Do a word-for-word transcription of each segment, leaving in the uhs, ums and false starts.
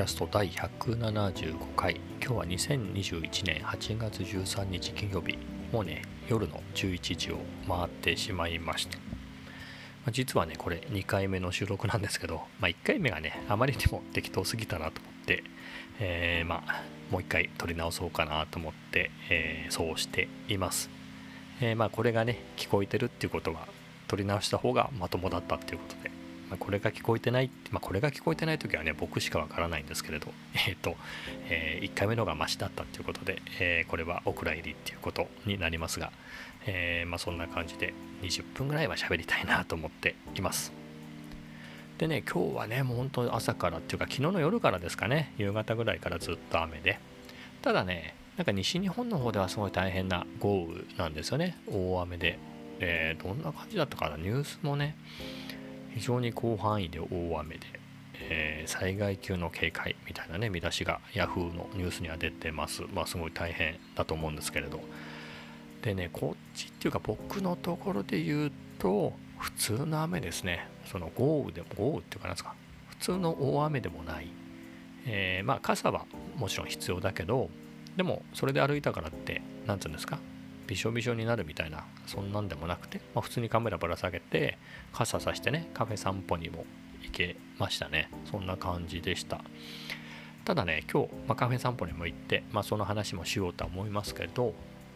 ャスト第ひゃくななじゅうごかい。今日はにせんにじゅういちねんはちがつじゅうさんにち金曜日。もうね、夜のじゅういちじを回ってしまいました。まあ、実はね、これにかいめの収録なんですけど、まあ、いっかいめがね、あまりにも適当すぎたなと思って、えー、まあ、もういっかい撮り直そうかなと思って、えー、そうしています。えー、まあ、これがね、聞こえてるっていうことは、撮り直した方がまともだったっていうことで、まあ、これが聞こえてない、まあ、これが聞こえてない時はね僕しかわからないんですけれど、えっ、ー、と、えー、いっかいめのがマシだったっていうことで、えー、これはお蔵入りっていうことになりますが、えー、まあそんな感じでにじゅっぷんぐらいは喋りたいなと思っています。でね、今日はねもう本当朝からっていうか昨日の夜からですかね、夕方ぐらいからずっと雨で、ただねなんか西日本の方ではすごい大変な豪雨なんですよね。大雨で、えー、どんな感じだったかな、ニュースもね非常に広範囲で大雨で、えー、災害級の警戒みたいなね見出しがヤフーのニュースには出てます。まあすごい大変だと思うんですけれど、でねこっちっていうか僕のところで言うと普通の雨ですね。その豪雨でも豪雨っていうかなんですか、普通の大雨でもない、えー、まあ傘はもちろん必要だけど、でもそれで歩いたからってなんていうんですか、びしょびしょになるみたいなそんなんでもなくて、まあ、普通にカメラぶら下げて傘さしてねカフェ散歩にも行けましたね。そんな感じでした。ただね今日、まあ、カフェ散歩にも行って、まあ、その話もしようとは思いますけど、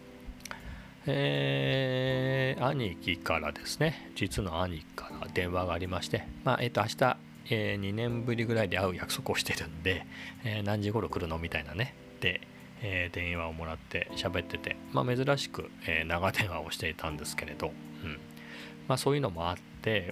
えー、兄貴からですね、実の兄から電話がありまして、まあえっ、ー、と明日、えー、にねんぶりぐらいで会う約束をしてるんで、えー、何時頃来るのみたいなねでえー、電話をもらって喋ってて、まあ、珍しく、えー、長電話をしていたんですけれど、うんまあ、そういうのもあって、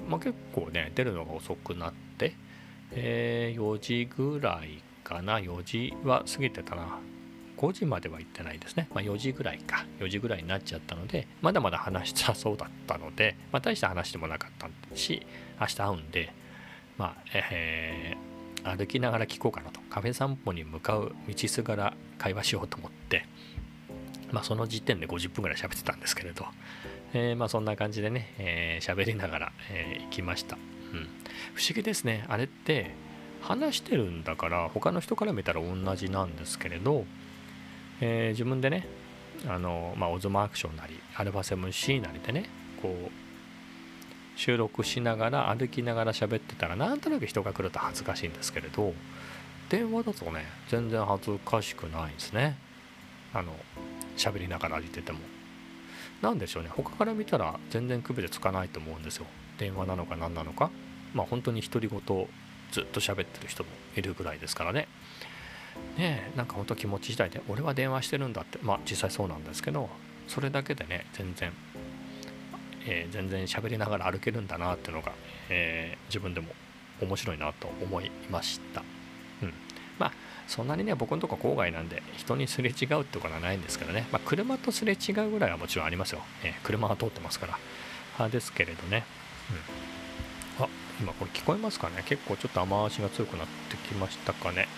まあ、結構ね出るのが遅くなって、えー、よじぐらいかな、よじは過ぎてたな、ごじまでは行ってないですね、まあ、よじぐらいかよじぐらいになっちゃったので、まだまだ話したそうだったので、まあ、大した話でもなかったし明日会うんで、まあえー歩きながら聞こうかなと、カフェ散歩に向かう道すがら会話しようと思って、まあ、その時点でごじゅっぷんぐらい喋ってたんですけれど、えー、まあそんな感じでね、えー、喋りながら、えー、行きました、うん、不思議ですね。あれって話してるんだから他の人から見たら同じなんですけれど、えー、自分でねあの、まあ、オズマアクションなりアルファ セブンシー なりでねこう収録しながら歩きながら喋ってたらなんとなく人が来ると恥ずかしいんですけれど、電話だとね全然恥ずかしくないですね。あの喋りながら歩いててもなんでしょうね、他から見たら全然区別つかないと思うんですよ。電話なのか何なのか、まあ本当に独り言ずっと喋ってる人もいるぐらいですからね。ねえなんか本当気持ち次第で俺は電話してるんだって、まあ実際そうなんですけど、それだけでね全然えー、全然喋りながら歩けるんだなっていうのが、えー、自分でも面白いなと思いました、うん、まあそんなにね僕のとこ郊外なんで人にすれ違うってことはないんですけどね、まあ、車とすれ違うぐらいはもちろんありますよ、えー、車は通ってますからあですけれどね、うん、あ今これ聞こえますかね。結構ちょっと雨足が強くなってきましたかね。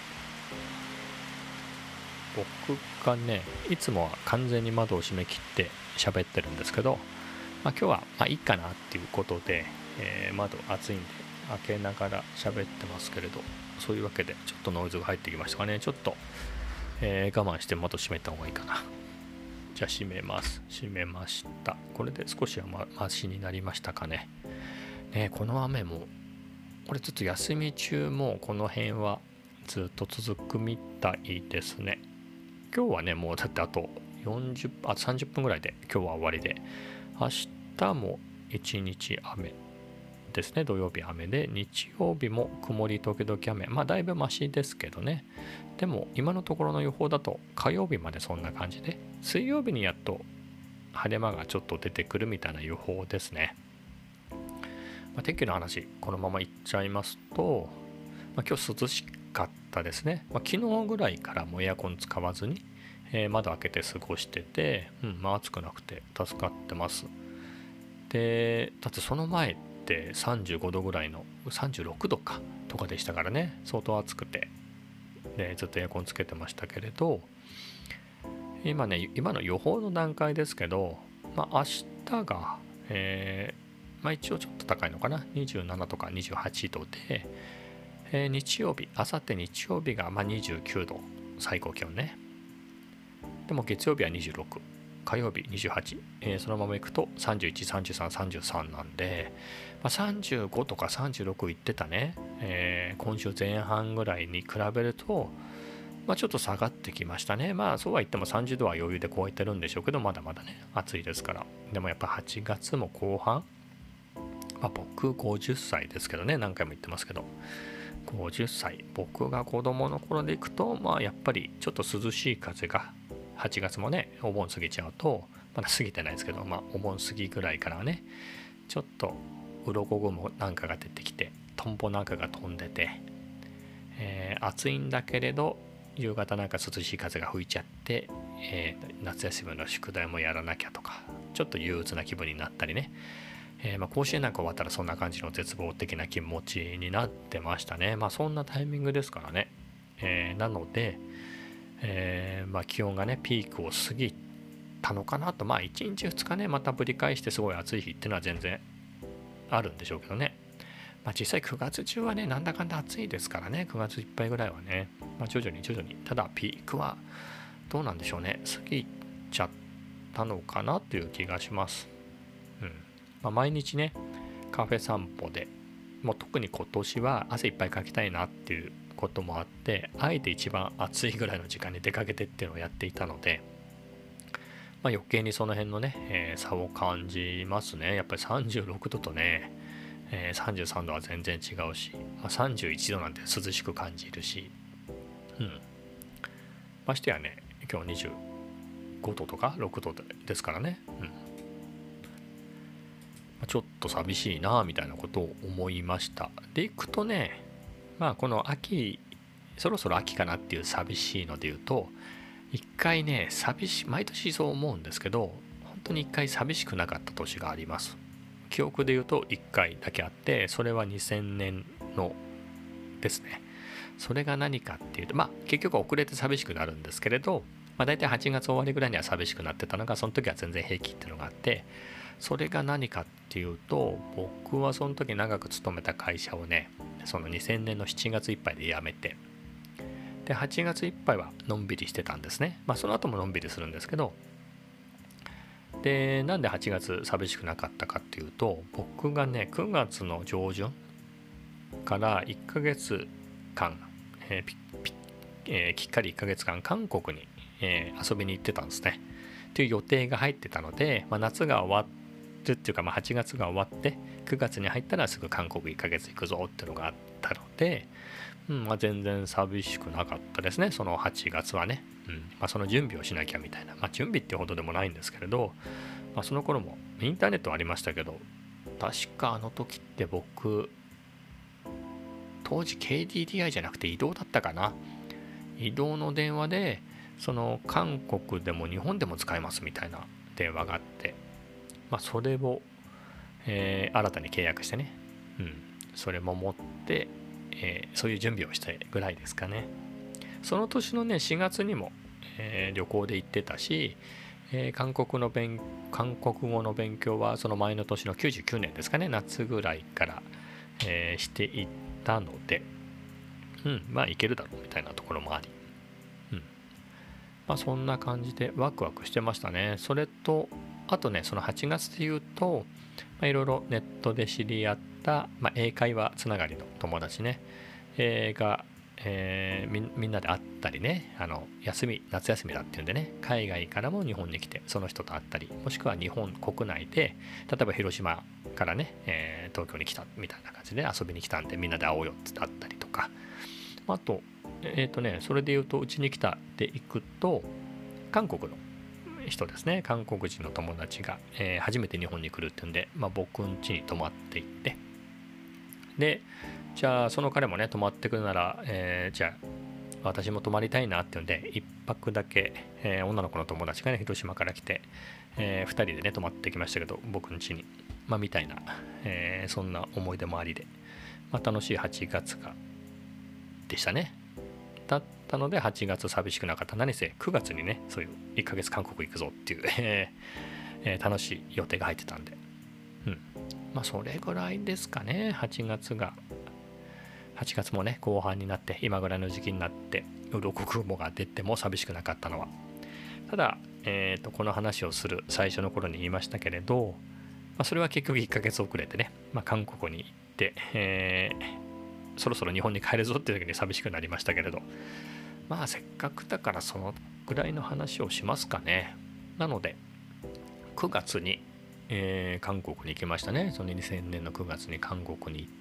僕がねいつもは完全に窓を閉め切って喋ってるんですけど、まあ、今日はまあいいかなっていうことで、えー、窓暑いんで開けながら喋ってますけれど、そういうわけでちょっとノイズが入ってきましたかね。ちょっと、えー、我慢して窓閉めた方がいいかな。じゃあ閉めます。閉めました。これで少しはまマシになりましたかね。ね、この雨もこれちょっと休み中もこの辺はずっと続くみたいですね。今日はねもうだってあとよんじゅっあさんじゅっぷんぐらいで今日は終わりで、明日も一日雨ですね。土曜日雨で日曜日も曇り時々雨、まあだいぶマシですけどね。でも今のところの予報だと火曜日までそんな感じで、水曜日にやっと晴れ間がちょっと出てくるみたいな予報ですね。まあ、天気の話このままいっちゃいますと、まあ、今日涼しかったですね。まあ、昨日ぐらいからもエアコン使わずに、えー、窓開けて過ごしてて、うんまあ、暑くなくて助かってます。でだってその前ってさんじゅうごどぐらいのさんじゅうろくどかとかでしたからね、相当暑くて、でずっとエアコンつけてましたけれど、今ね今の予報の段階ですけど、まあ、明日が、えーまあ、一応ちょっと高いのかな、にじゅうななとかにじゅうはちどで、 えー、日曜日、あさって日曜日がまあにじゅうきゅうど、最高気温ね。でも月曜日はにじゅうろく、火曜日にじゅうはち、えー、そのままいくとさんじゅういち、さんじゅうさん、さんじゅうさんなんで、まあ、さんじゅうごとかさんじゅうろくいってたね、えー、今週前半ぐらいに比べると、まあ、ちょっと下がってきましたね。まあそうは言ってもさんじゅうどは余裕で超えてるんでしょうけど、まだまだね、暑いですから。でもやっぱはちがつも後半、まあ、僕ごじゅっさいですけどね、何回も言ってますけど、ごじゅっさい、僕が子供の頃でいくと、まあやっぱりちょっと涼しい風が、はちがつもね、お盆過ぎちゃうと、まだ過ぎてないですけど、まあお盆過ぎぐらいからはね、ちょっと鱗雲なんかが出てきて、トンボなんかが飛んでて、えー、暑いんだけれど、夕方なんか涼しい風が吹いちゃって、えー、夏休みの宿題もやらなきゃとか、ちょっと憂鬱な気分になったりね、えー、まあ甲子園なんか終わったらそんな感じの絶望的な気持ちになってましたね。まあそんなタイミングですからね。えー、なので、えー、まあ気温がねピークを過ぎたのかなと、まあいちにちふつかねまたぶり返してすごい暑い日っていうのは全然あるんでしょうけどね。まあ、実際くがつ中はねなんだかんだ暑いですからね、くがついっぱいぐらいはね、まあ、徐々に徐々に、ただピークはどうなんでしょうね、過ぎちゃったのかなという気がします。うんまあ、毎日ねカフェ散歩で、もう特に今年は汗いっぱいかきたいなっていうこともあって、あえて一番暑いぐらいの時間に出かけてっていうのをやっていたので、まあ、余計にその辺のね、えー、差を感じますね。やっぱりさんじゅうろくどとね、えー、さんじゅうさんどは全然違うし、まあ、さんじゅういちどなんて涼しく感じるし、うん、ましてやね今日にじゅうごどとかろくどですからね、うん、ちょっと寂しいなみたいなことを思いました。でいくとね、まあこの秋、そろそろ秋かなっていう寂しいので言うと、一回ね寂しい、毎年そう思うんですけど、本当に一回寂しくなかった年があります。記憶で言うといっかいだけあって、それはにせんねんのですね。それが何かっていうと、まあ結局遅れて寂しくなるんですけれど、まあ、大体はちがつ終わりぐらいには寂しくなってたのが、その時は全然平気っていうのがあって、それが何かっていうと、僕はその時長く勤めた会社をね、そのにせんねんのしちがついっぱいで辞めて、ではちがついっぱいはのんびりしてたんですね。まあその後ものんびりするんですけど、でなんではちがつ寂しくなかったかっていうと、僕がねくがつの上旬からいっかげつかん、えーピピえー、きっかりいっかげつかん韓国に、えー遊びに行ってたんですねっていう予定が入ってたので、まあ、夏が終わってっていうか、まあ、はちがつが終わってくがつに入ったらすぐ韓国いっかげつ行くぞっていうのがあったので、うんまあ、全然寂しくなかったですね、そのはちがつはね。うんまあ、その準備をしなきゃみたいな、まあ、準備ってほどでもないんですけれど、まあ、その頃もインターネットはありましたけど、確かあの時って僕当時 ケーディーディーアイ じゃなくて移動だったかな、移動の電話でその韓国でも日本でも使えますみたいな電話があって、まあ、それを、えー新たに契約してね、うん、それも持って、えーそういう準備をしたぐらいですかね。その年のねしがつにも、えー旅行で行ってたし、えー韓国の勉韓国語の勉強はその前の年のきゅうじゅうきゅうねんですかね、夏ぐらいから、えーしていったので、うんまあいけるだろうみたいなところもあり、うんまあそんな感じでワクワクしてましたね。それとあとね、そのはちがつで言うと、まあ、いろいろネットで知り合った、まあ、英会話つながりの友達ね、えーが、えーみ、みんなで会ったりね、あの休み夏休みだっていうんでね、海外からも日本に来てその人と会ったり、もしくは日本国内で例えば広島からね、えー東京に来たみたいな感じで遊びに来たんでみんなで会おうよって会ったりとか、あとえっ、とねそれで言うと、うちに来たで行くと韓国の人ですね、韓国人の友達が、えー初めて日本に来るっていうんで、まあ、僕ん家に泊まっていって、でじゃあその彼もね泊まってくるなら、えーじゃあ私も泊まりたいなっていうんでいっぱくだけ、えー女の子の友達がね広島から来て、えーふたりでね泊まってきましたけど、僕ん家に、まあみたいな、えーそんな思い出もありで、まあ、楽しいはちがつがでしたね。だったのではちがつ寂しくなかった。何せくがつにねそういういっかげつ韓国行くぞっていう、えーえー楽しい予定が入ってたんで、うんまあそれぐらいですかね。はちがつがはちがつもね後半になって今ぐらいの時期になって鱗雲が出ても寂しくなかったのは。ただ、えー、とこの話をする最初の頃に言いましたけれど、まあ、それは結局いっかげつ遅れてね、まあ、韓国に行って、えー、そろそろ日本に帰るぞっていう時に寂しくなりましたけれど、まあせっかくだからそのぐらいの話をしますかね。なのでくがつに、えー、韓国に行きましたね。そのにせんねんのくがつに韓国に行って、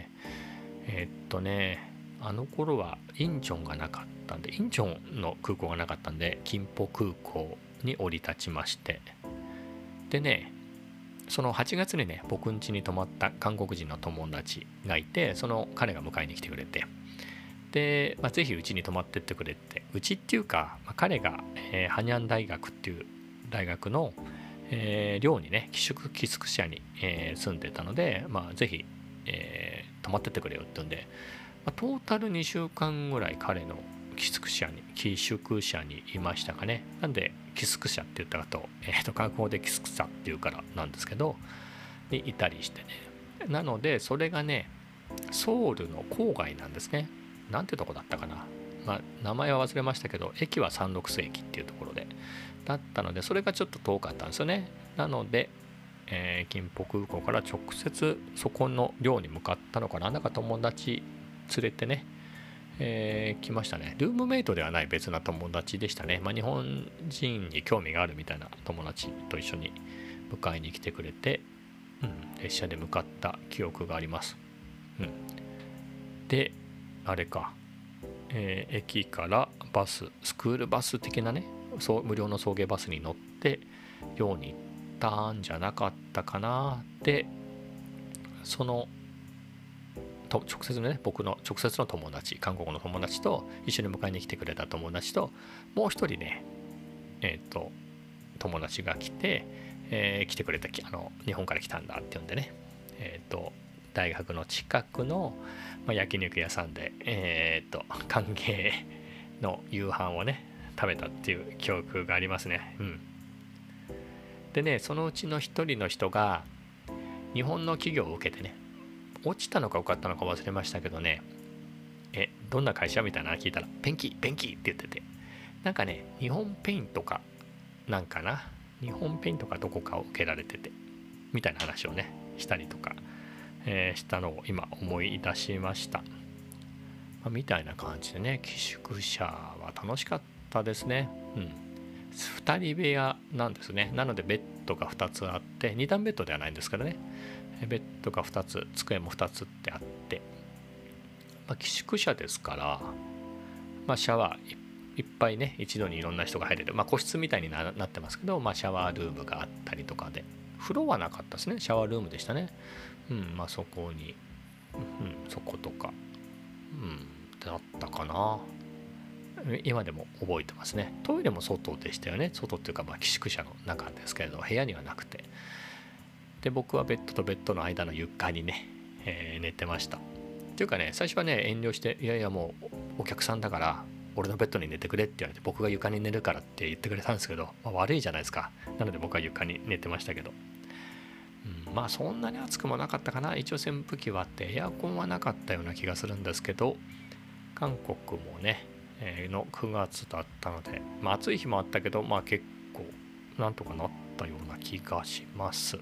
えー、っとねあの頃はインチョンがなかったんで、インチョンの空港がなかったんでキンポ空港に降り立ちまして、でねそのはちがつにね僕ん家に泊まった韓国人の友達がいて、その彼が迎えに来てくれて、で、まあ、ぜひうちに泊まってってくれって、うちっていうか、まあ、彼が、えー、ハニャン大学っていう大学の、えー、寮にね寄宿寄宿舎に、えー、住んでたので、まあ、ぜひ、えー、泊まってってくれよって言うんで、まあ、トータルにしゅうかんぐらい彼の寄宿舎に寄宿舎にいましたかね。なんで寄宿舎って言ったかと、えー、と韓国語で寄宿舎っていうからなんですけど、にいたりしてね。なのでそれがねソウルの郊外なんですね。なんてとこだったかな、まあ、名前は忘れましたけど、駅は三陸駅っていうところでだったので、それがちょっと遠かったんですよね。なので、えー、キンポ空港から直接そこの寮に向かったのかな。なんか友達連れてね、えー、来ましたね。ルームメイトではない別な友達でしたね。まあ、日本人に興味があるみたいな友達と一緒に迎えに来てくれて、うん、列車で向かった記憶があります。うん、であれか、えー、駅からバス、スクールバス的なね、そう無料の送迎バスに乗って寮に行ったんじゃなかったかな。でそのと直接のね僕の直接の友達、韓国の友達と一緒に迎えに来てくれた友達ともう一人ねえっ、ー、と友達が来て、えー、来てくれたあの日本から来たんだって言うんでね、えっ、ー、と大学の近くの、まあ、焼肉屋さんで、えー、っと歓迎の夕飯をね食べたっていう記憶がありますね。うん、でねそのうちの一人の人が日本の企業を受けてね、落ちたのか受かったのか忘れましたけどね、えどんな会社みたいなの聞いたらペンキペンキって言ってて、なんかね日本ペイントかなんかな、日本ペイントかどこかを受けられててみたいな話をねしたりとか、えー、したのを今思い出しました。まあ、みたいな感じでね寄宿舎は楽しかったですね。うん、ふたり部屋なんですね。なのでベッドがふたつあって、にだんベッドではないんですけどね、ベッドがふたつ、机もふたつってあって、まあ、寄宿舎ですから、まあ、シャワーいっぱいね一度にいろんな人が入れる、まあ、個室みたいに な, なってますけど、まあ、シャワールームがあったりとかで、風呂はなかったですね。シャワールームでしたね。うん、まあそこに、うん、そことか、うん、だったかな。今でも覚えてますね。トイレも外でしたよね。外っていうか、まあ寄宿舎の中ですけれど、部屋にはなくて。で、僕はベッドとベッドの間の床にね、えー、寝てました。っていうかね、最初はね、遠慮して、いやいやもうお客さんだから、俺のベッドに寝てくれって言われて、僕が床に寝るからって言ってくれたんですけど、まあ、悪いじゃないですか。なので僕は床に寝てましたけど。うん、まあそんなに暑くもなかったかな。一応扇風機はあってエアコンはなかったような気がするんですけど、韓国もね、えー、のくがつだったので、まあ、暑い日もあったけど、まあ結構なんとかなったような気がします。うん、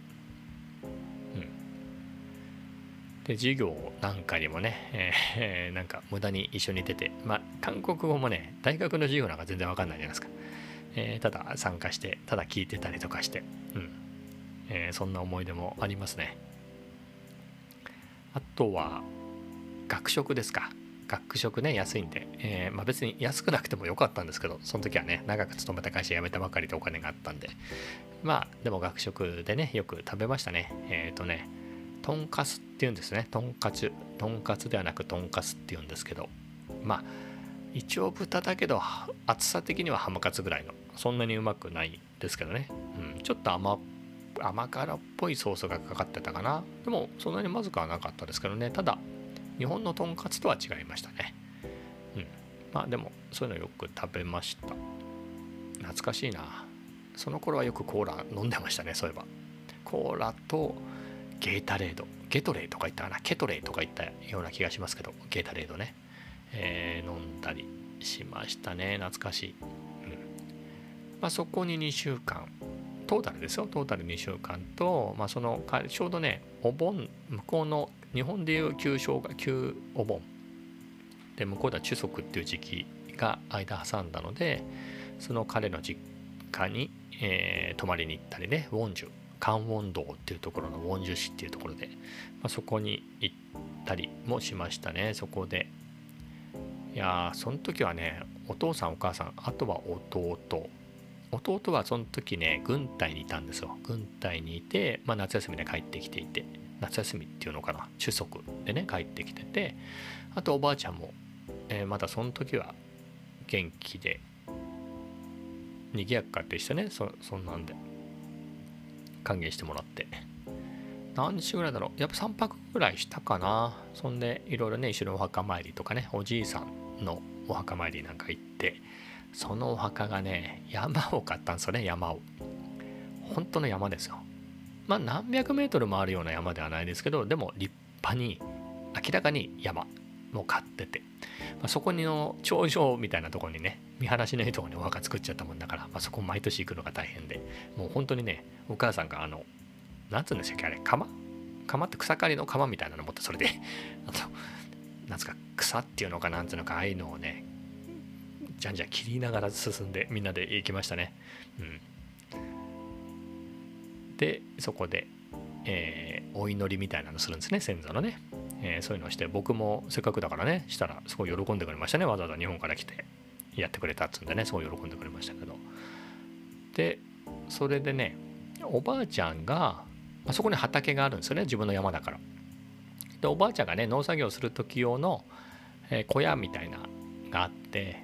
で授業なんかにもね、えー、なんか無駄に一緒に出て、まあ韓国語もね大学の授業なんか全然わかんないじゃないですか。えー、ただ参加してただ聞いてたりとかして、うんえー、そんな思い出もありますね。あとは学食ですか。学食ね安いんで、えーまあ、別に安くなくてもよかったんですけど、その時はね長く勤めた会社辞めたばかりでお金があったんで、まあでも学食でねよく食べましたね。えっ、ー、とねとんかつっていうんですね。とんかつとんかつではなくとんかつっていうんですけど、まあ一応豚だけど厚さ的にはハムカツぐらいの、そんなにうまくないですけどね、うん、ちょっと甘甘辛っぽいソースがかかってたかな。でもそんなにまずくはなかったですけどね。ただ日本のとんかつとは違いましたね。うん、まあでもそういうのよく食べました。懐かしいな。その頃はよくコーラ飲んでましたね。そういえばコーラとゲータレード、ゲトレーとか言ったかな、ケトレーとか言ったような気がしますけど、ゲータレードね、えー、飲んだりしましたね。懐かしい。うんまあ、そこににしゅうかん、トータルですよ、トータルにしゅうかんと、まあ、そのちょうどね、お盆、向こうの日本でいう旧正月、旧お盆で、向こうでは中足っていう時期が間挟んだので、その彼の実家に、えー、泊まりに行ったりね、ウォンジュ、カンウォン道っていうところのウォンジュ市っていうところで、まあ、そこに行ったりもしましたね。そこでいやーその時はね、お父さんお母さん、あとは弟弟はその時ね軍隊にいたんですよ。軍隊にいて、まあ、夏休みで帰ってきていて、夏休みっていうのかな、中足でね帰ってきてて、あとおばあちゃんも、えー、まだその時は元気で賑やかでしたね。 そ, そんなんで歓迎してもらって、何日ぐらいだろう、やっぱさんぱくぐらいしたかな。そんでいろいろね、一緒にお墓参りとかね、おじいさんのお墓参りなんか行って、そのお墓がね、山を買ったんですよね。山を、本当の山ですよ。まあ何百メートルもあるような山ではないですけど、でも立派に明らかに山を買ってて、まあ、そこの頂上みたいなところにね、見晴らしのいいところにお墓作っちゃったもんだから、まあ、そこ毎年行くのが大変で、もう本当にね、お母さんがあのなんつうんでしたっけ、あれ、釜釜って草刈りの釜みたいなの持って、それであとなんつか草っていうのかなんつうのか、ああいうのをねじゃんじゃん切りながら進んでみんなで行きましたね。うん、でそこで、えー、お祈りみたいなのするんですね、先祖のね、えー、そういうのをして、僕もせっかくだからねしたらすごい喜んでくれましたね。わざわざ日本から来てやってくれたっつうんでね、すごい喜んでくれましたけど、でそれでね、おばあちゃんがあそこに畑があるんですよね、自分の山だから。でおばあちゃんがね農作業する時用の、えー、小屋みたいながあって、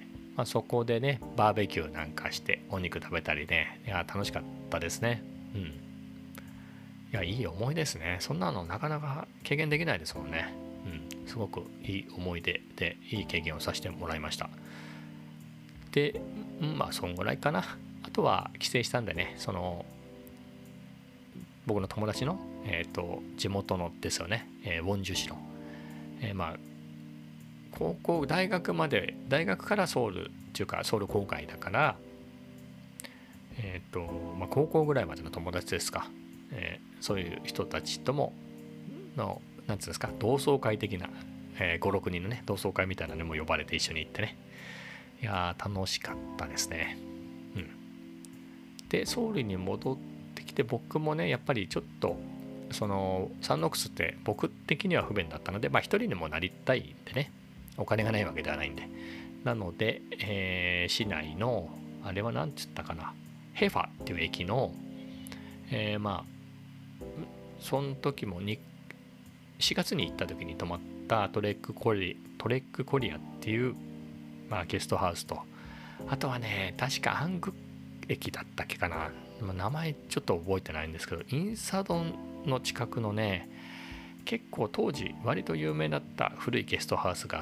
まあ、そこでねバーベキューなんかしてお肉食べたりね、いや楽しかったですね。うん、いやいい思い出ですね。そんなのなかなか経験できないですもんね。うん、すごくいい思い出でいい経験をさせてもらいました。で、まあそんぐらいかな。あとは帰省したんでね、その僕の友達の、えー、と地元のですよね、えー、ウォンジュ市の、えー、まあ高校大学まで、大学からソウルっていうかソウル郊外だから、えっ、ー、とまあ高校ぐらいまでの友達ですか、えー、そういう人たちとものなんつうんですか、同窓会的な、えー、ごろくにんのね同窓会みたいなのも呼ばれて一緒に行ってね、いやー楽しかったですね。うん、でソウルに戻ってきて、僕もねやっぱりちょっとそのサンノックスって僕的には不便だったので、まあ一人にもなりたいんでね、お金がないわけではないんで、なので、えー、市内のあれは何て言ったかな、ヘファっていう駅の、えー、まあその時もにしがつに行った時に泊まったトレックコリトレックコリアっていう、まあ、ゲストハウスと、あとはね確かアング駅だったっけかな、名前ちょっと覚えてないんですけど、インサドンの近くのね結構当時割と有名だった古いゲストハウスがあって、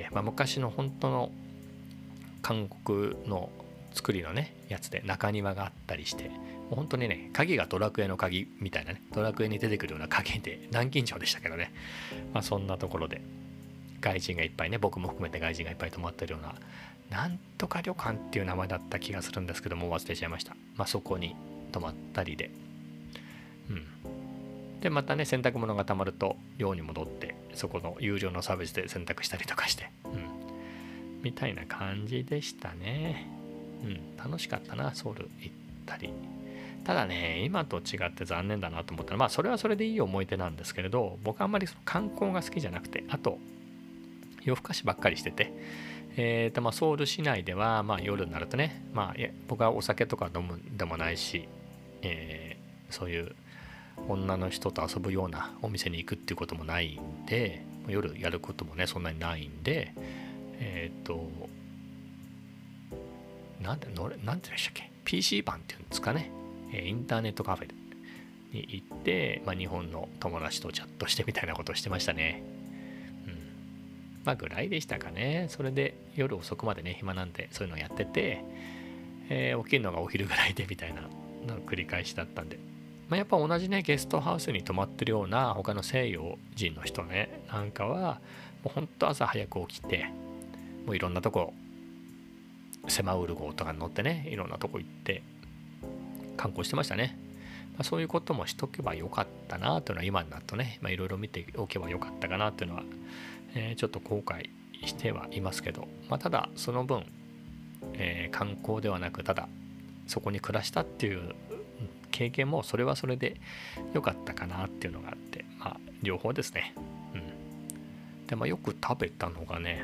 まあ、昔の本当の韓国の作りのねやつで中庭があったりして、もう本当にね鍵がドラクエの鍵みたいなね、ドラクエに出てくるような鍵で南京錠でしたけどね、まあ、そんなところで外人がいっぱいね、僕も含めて外人がいっぱい泊まってるようななんとか旅館っていう名前だった気がするんですけども忘れちゃいました。まあそこに泊まったりで、うんでまたね洗濯物がたまると寮に戻ってそこの有料のサービスで洗濯したりとかして、うんみたいな感じでしたね。うん楽しかったな、ソウル行ったり。ただね今と違って残念だなと思ったら、まあそれはそれでいい思い出なんですけれど、僕あんまりその観光が好きじゃなくて、あと夜更かしばっかりしてて、えーとまあ、ソウル市内では、まあ、夜になるとね、まあ、いや僕はお酒とか飲むでもないし、えー、そういう女の人と遊ぶようなお店に行くっていうこともないんで、夜やることもねそんなにないんで、えっ、ー、となんでのなんて言うんでしたっけ、 ピーシー 版っていうんですかね、インターネットカフェに行って、まあ、日本の友達とチャットしてみたいなことをしてましたね。まあぐらいでしたかね。それで夜遅くまでね暇なんでそういうのをやってて、えー、起きるのがお昼ぐらいでみたいなの繰り返しだったんで、 まあ、やっぱ同じねゲストハウスに泊まってるような他の西洋人の人ねなんかはもうほんと朝早く起きてもういろんなとこセマウル号とかに乗ってねいろんなとこ行って観光してましたね。まあ、そういうこともしとけばよかったなというのは今になるとねいろいろ見ておけばよかったかなというのは、えー、ちょっと後悔してはいますけど、まあ、ただその分、えー、観光ではなくただそこに暮らしたっていう経験もそれはそれで良かったかなっていうのがあって、まあ両方ですね。うん。でまあよく食べたのがね、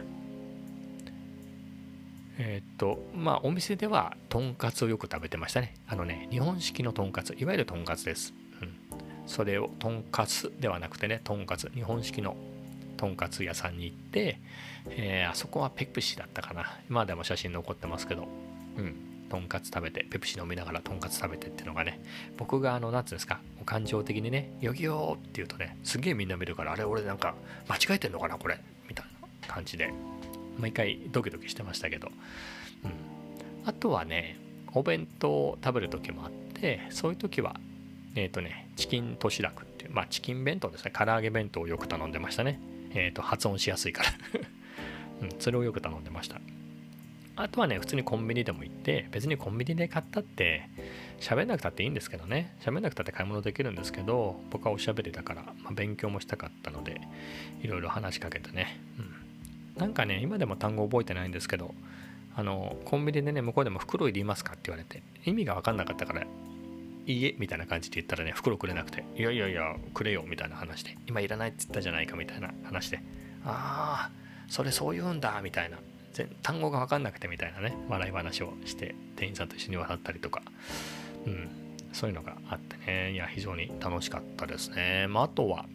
えっとまあお店ではとんかつをよく食べてましたね。あのね日本式のとんかつ、いわゆるとんかつです。うん。それをとんかつではなくてねとんかつ、日本式のとんかつ屋さんに行って、えー、あそこはペプシだったかな。今でも写真残ってますけど、うん。とんかつ食べてペプシ飲みながらとんかつ食べてっていうのがね僕があの何て言うんですか感情的にねよぎよーって言うとねすげえみんな見るからあれ俺なんか間違えてんのかなこれみたいな感じで毎回ドキドキしてましたけど、うん、あとはねお弁当を食べる時もあってそういう時はえっ、ー、とねチキンとしらくっていうまあチキン弁当ですね唐揚げ弁当をよく頼んでましたね。えっ、ー、と発音しやすいから、うん、それをよく頼んでました。あとはね普通にコンビニでも行って別にコンビニで買ったって喋んなくたっていいんですけどね喋んなくたって買い物できるんですけど僕はおしゃべりだから、まあ、勉強もしたかったのでいろいろ話しかけてね、うん、なんかね今でも単語覚えてないんですけどあのコンビニでね向こうでも袋いりますかって言われて意味が分かんなかったからいいえみたいな感じで言ったらね袋くれなくていやいやいやくれよみたいな話で今いらないって言ったじゃないかみたいな話でああそれそう言うんだみたいな単語が分かんなくてみたいなね笑い話をして店員さんと一緒に笑ったりとか、うん、そういうのがあってねいや非常に楽しかったですね。まあ、あとは、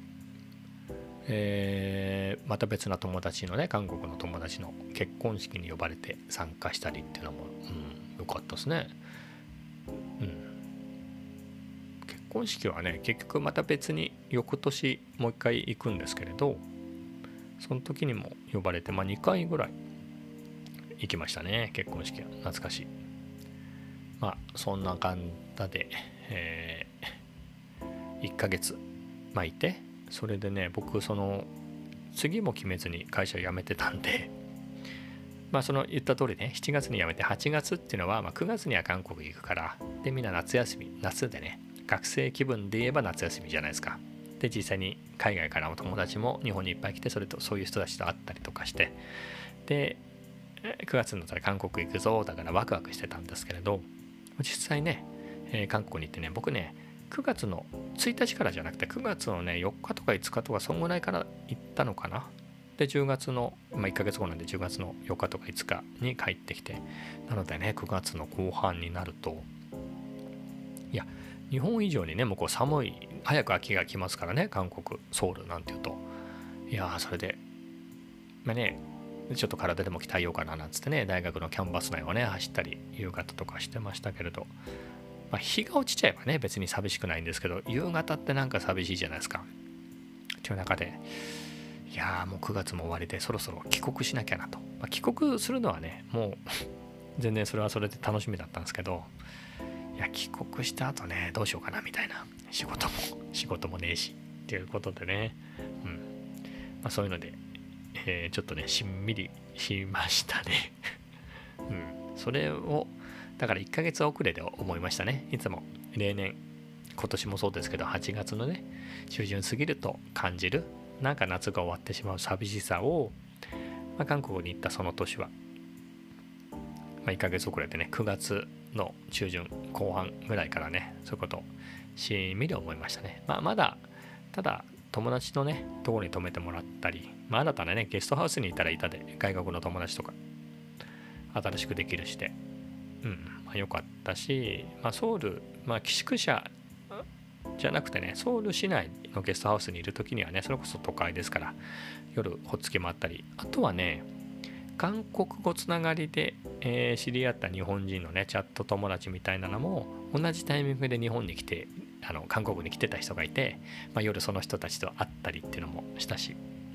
えー、また別な友達のね韓国の友達の結婚式に呼ばれて参加したりっていうのも、うん、よかったですね。うん、結婚式はね結局また別に翌年もう一回行くんですけれどその時にも呼ばれて、まあ、にかいぐらい行きましたね結婚式は懐かしい。まあそんな感じで、えー、いっかげつまあいてそれでね僕その次も決めずに会社を辞めてたんでまあその言った通りねしちがつに辞めてはちがつっていうのは、まあ、くがつには韓国行くからでみんな夏休み夏でね学生気分で言えば夏休みじゃないですか。で実際に海外からの友達も日本にいっぱい来てそれとそういう人たちと会ったりとかしてでくがつになったら韓国行くぞだからワクワクしてたんですけれど実際ね、えー、韓国に行ってね僕ねくがつのついたちからじゃなくてくがつのねよっかとかいつかとかそんぐらいから行ったのかな。でじゅうがつの、まあ、いっかげつごなんでじゅうがつのよっかとかいつかに帰ってきてなのでねくがつの後半になるといや日本以上にねもうこう寒い早く秋が来ますからね韓国ソウルなんていうといやそれでまあねちょっと体でも鍛えようかななんつってね大学のキャンバス内をね走ったり夕方とかしてましたけれど、まあ、日が落ちちゃえばね別に寂しくないんですけど夕方ってなんか寂しいじゃないですか。という中でいやーもうくがつも終わりでそろそろ帰国しなきゃなと、まあ、帰国するのはねもう全然それはそれで楽しみだったんですけどいや帰国した後ねどうしようかなみたいな仕事も仕事もねえしっていうことでね、うんまあ、そういうのでえー、ちょっとねしんみりしましたね、うん、それをだからいっかげつ遅れで思いましたね。いつも例年今年もそうですけどはちがつのね中旬過ぎると感じるなんか夏が終わってしまう寂しさを、まあ、韓国に行ったその年は、まあ、いっかげつ遅れてねくがつの中旬後半ぐらいからねそういうことをしんみり思いましたね。まあまだただ友達のねところに泊めてもらったり、まあ、新たなねゲストハウスにいたらいたで外国の友達とか新しくできるしてうんまあ良かったし、まあ、ソウルまあ寄宿舎じゃなくてねソウル市内のゲストハウスにいる時にはねそれこそ都会ですから夜ほっつきもあったりあとはね韓国語つながりで、えー、知り合った日本人のねチャット友達みたいなのも同じタイミングで日本に来てあの韓国に来てた人がいて、まあ、夜その人たちと会ったりっていうのもしたし、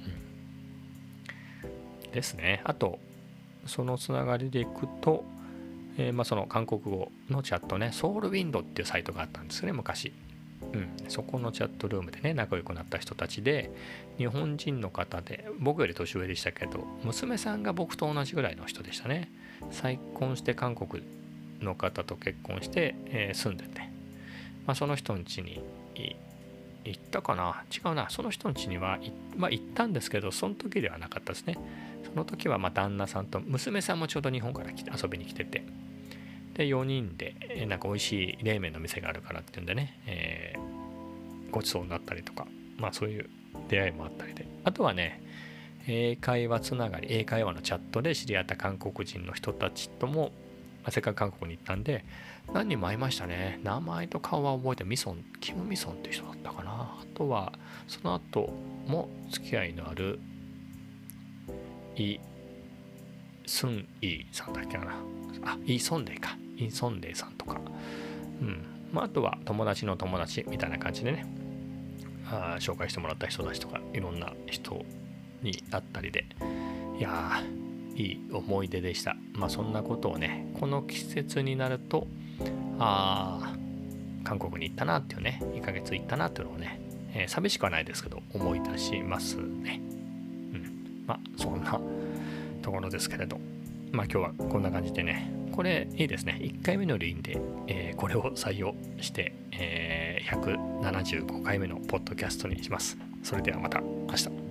うん、ですね。あとそのつながりでいくと、えー、まあその韓国語のチャットねソウルウィンドっていうサイトがあったんですね昔うん、そこのチャットルームでね仲良くなった人たちで、日本人の方で僕より年上でしたけど、娘さんが僕と同じぐらいの人でしたね。再婚して韓国の方と結婚して、えー住んでて、まあ、その人の家に行ったかな、違うな、その人の家には、まあ、行ったんですけど、その時ではなかったですね。その時はまあ旦那さんと娘さんもちょうど日本から来て遊びに来てて、でよにんでなんか美味しい冷麺の店があるからっていうんでね、えー、ごちそうになったりとか、まあそういう出会いもあったりで、あとはね英会話つながり、英会話のチャットで知り合った韓国人の人たちとも、まあ、せっかく韓国に行ったんで何人も会いましたね。名前と顔は覚えて、ミソン、キム・ミソンっていう人だったかな。あとはその後も付き合いのあるイ・スンイさんだっけかな、あ、イ・ソンデイか、イ・ソンデイさんとか、うんまあ、あとは友達の友達みたいな感じでね、あ紹介してもらった人たちとかいろんな人に会ったりで、いやーいい思い出でした。まあそんなことをねこの季節になると、あ韓国に行ったなっていうね、いっかげつ行ったなっていうのをね、えー、寂しくはないですけど思い出しますね。うんまあそんなところですけれど、まあ今日はこんな感じでね、これいいですね、いっかいめのリーンで、えー、これを採用して、えー、ひゃくななじゅうごかいめのポッドキャストにします。それではまた明日。